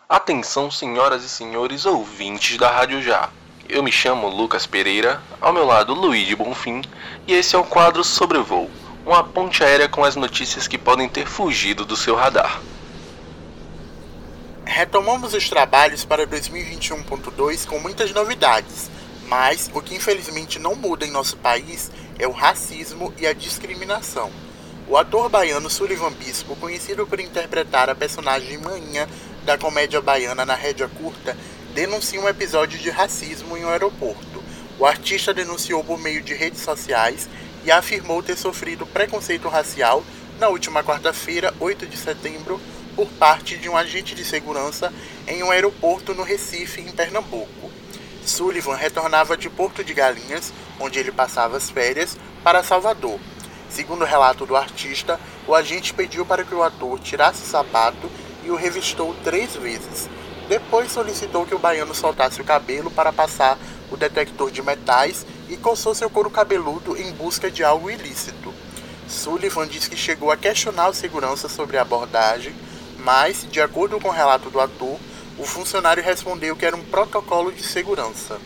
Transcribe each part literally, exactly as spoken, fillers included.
Atenção, senhoras e senhores ouvintes da Rádio Já. Eu me chamo Lucas Pereira, ao meu lado Luiz de Bonfim, e esse é o quadro Sobrevoo, uma ponte aérea com as notícias que podem ter fugido do seu radar. Retomamos os trabalhos para dois mil e vinte e um ponto dois com muitas novidades, mas o que infelizmente não muda em nosso país é o racismo e a discriminação. O ator baiano Sullivan Bispo, conhecido por interpretar a personagem Maninha da comédia baiana na rédea curta, denuncia um episódio de racismo em um aeroporto. O artista denunciou por meio de redes sociais e afirmou ter sofrido preconceito racial na última quarta-feira, oito de setembro, por parte de um agente de segurança em um aeroporto no Recife, em Pernambuco. Sullivan retornava de Porto de Galinhas, onde ele passava as férias, para Salvador. Segundo o relato do artista, o agente pediu para que o ator tirasse o sapato e o revistou três vezes. Depois solicitou que o baiano soltasse o cabelo para passar o detector de metais e coçou seu couro cabeludo em busca de algo ilícito. Sullivan diz que chegou a questionar o segurança sobre a abordagem, mas, de acordo com o relato do ator, o funcionário respondeu que era um protocolo de segurança.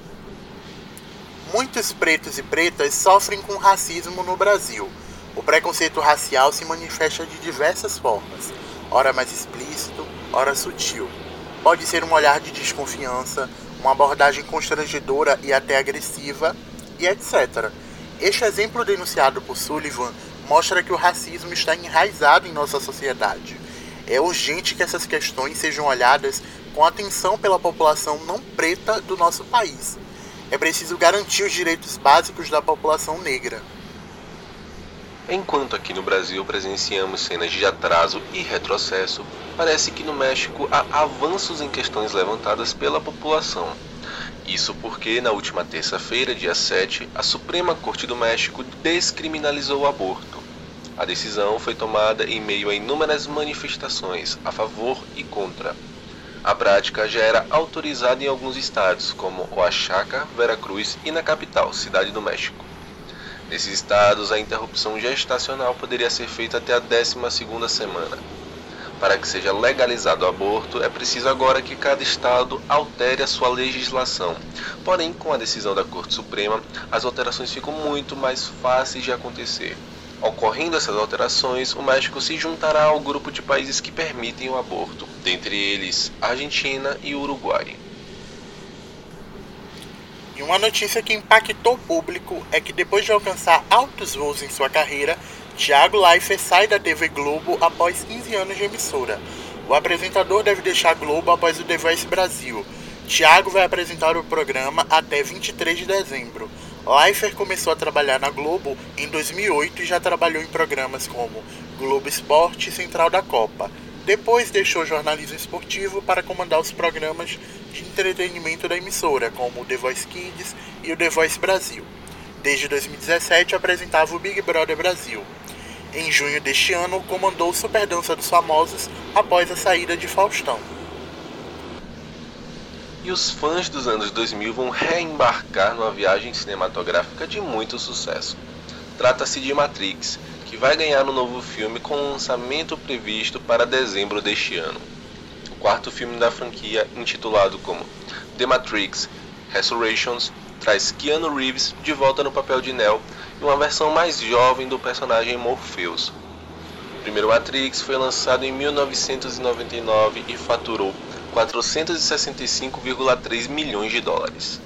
Muitos pretos e pretas sofrem com racismo no Brasil. O preconceito racial se manifesta de diversas formas, ora mais explícito, ora sutil. Pode ser um olhar de desconfiança, uma abordagem constrangedora e até agressiva, e etcétera. Este exemplo denunciado por Sullivan mostra que o racismo está enraizado em nossa sociedade. É urgente que essas questões sejam olhadas com atenção pela população não preta do nosso país. É preciso garantir os direitos básicos da população negra. Enquanto aqui no Brasil presenciamos cenas de atraso e retrocesso, parece que no México há avanços em questões levantadas pela população. Isso porque, na última terça-feira, dia sete, a Suprema Corte do México descriminalizou o aborto. A decisão foi tomada em meio a inúmeras manifestações a favor e contra. A prática já era autorizada em alguns estados, como Oaxaca, Veracruz e na capital, Cidade do México. Nesses estados, a interrupção gestacional poderia ser feita até a décima segunda semana. Para que seja legalizado o aborto, é preciso agora que cada estado altere a sua legislação. Porém, com a decisão da Corte Suprema, as alterações ficam muito mais fáceis de acontecer. Ocorrendo essas alterações, o México se juntará ao grupo de países que permitem o aborto, dentre eles Argentina e Uruguai. E uma notícia que impactou o público é que depois de alcançar altos voos em sua carreira, Thiago Leifert sai da T V Globo após quinze anos de emissora. O apresentador deve deixar a Globo após o The Voice Brasil. Thiago vai apresentar o programa até vinte e três de dezembro. Leifert começou a trabalhar na Globo em dois mil e oito e já trabalhou em programas como Globo Esporte e Central da Copa. Depois deixou o jornalismo esportivo para comandar os programas de entretenimento da emissora, como o The Voice Kids e o The Voice Brasil. Desde dois mil e dezessete apresentava o Big Brother Brasil. Em junho deste ano, comandou o Super Dança dos Famosos após a saída de Faustão. E os fãs dos anos dois mil vão reembarcar numa viagem cinematográfica de muito sucesso. Trata-se de Matrix, que vai ganhar um novo filme com lançamento previsto para dezembro deste ano. O quarto filme da franquia, intitulado como The Matrix Resurrections, traz Keanu Reeves de volta no papel de Neo e uma versão mais jovem do personagem Morpheus. O primeiro Matrix foi lançado em mil novecentos e noventa e nove e faturou quatrocentos e sessenta e cinco vírgula três milhões de dólares.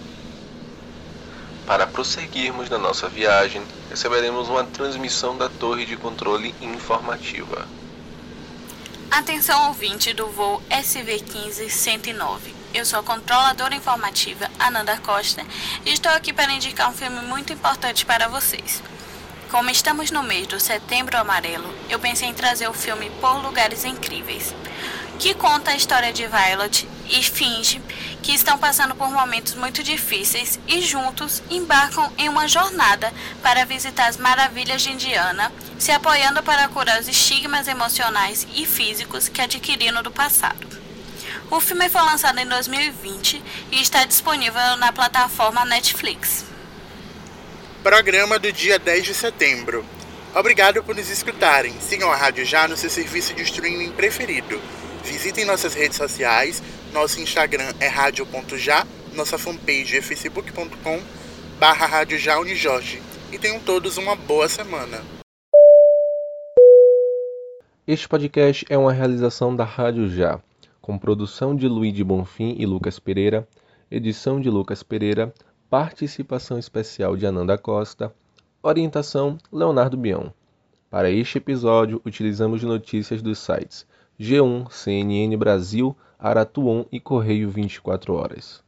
Para prosseguirmos na nossa viagem, receberemos uma transmissão da torre de controle informativa. Atenção ouvinte do voo S V quinze cento e nove. Eu sou a controladora informativa Ananda Costa e estou aqui para indicar um filme muito importante para vocês. Como estamos no mês do Setembro Amarelo, eu pensei em trazer o filme Por Lugares Incríveis, que conta a história de Violet e Finge, que estão passando por momentos muito difíceis e juntos embarcam em uma jornada para visitar as maravilhas de Indiana, se apoiando para curar os estigmas emocionais e físicos que adquiriram do passado. O filme foi lançado em dois mil e vinte e está disponível na plataforma Netflix. Programa do dia dez de setembro. Obrigado por nos escutarem. Sigam a Rádio Já no seu serviço de streaming preferido. Visitem nossas redes sociais, nosso Instagram é radio ponto já, nossa fanpage é facebook ponto com barra rádio já Unijorge. E tenham todos uma boa semana. Este podcast é uma realização da Rádio Já, com produção de Luíde Bonfim e Lucas Pereira, edição de Lucas Pereira, participação especial de Ananda Costa, orientação Leonardo Bião. Para este episódio, utilizamos notícias dos sites G um, C N N Brasil, Aratuon e Correio vinte e quatro horas.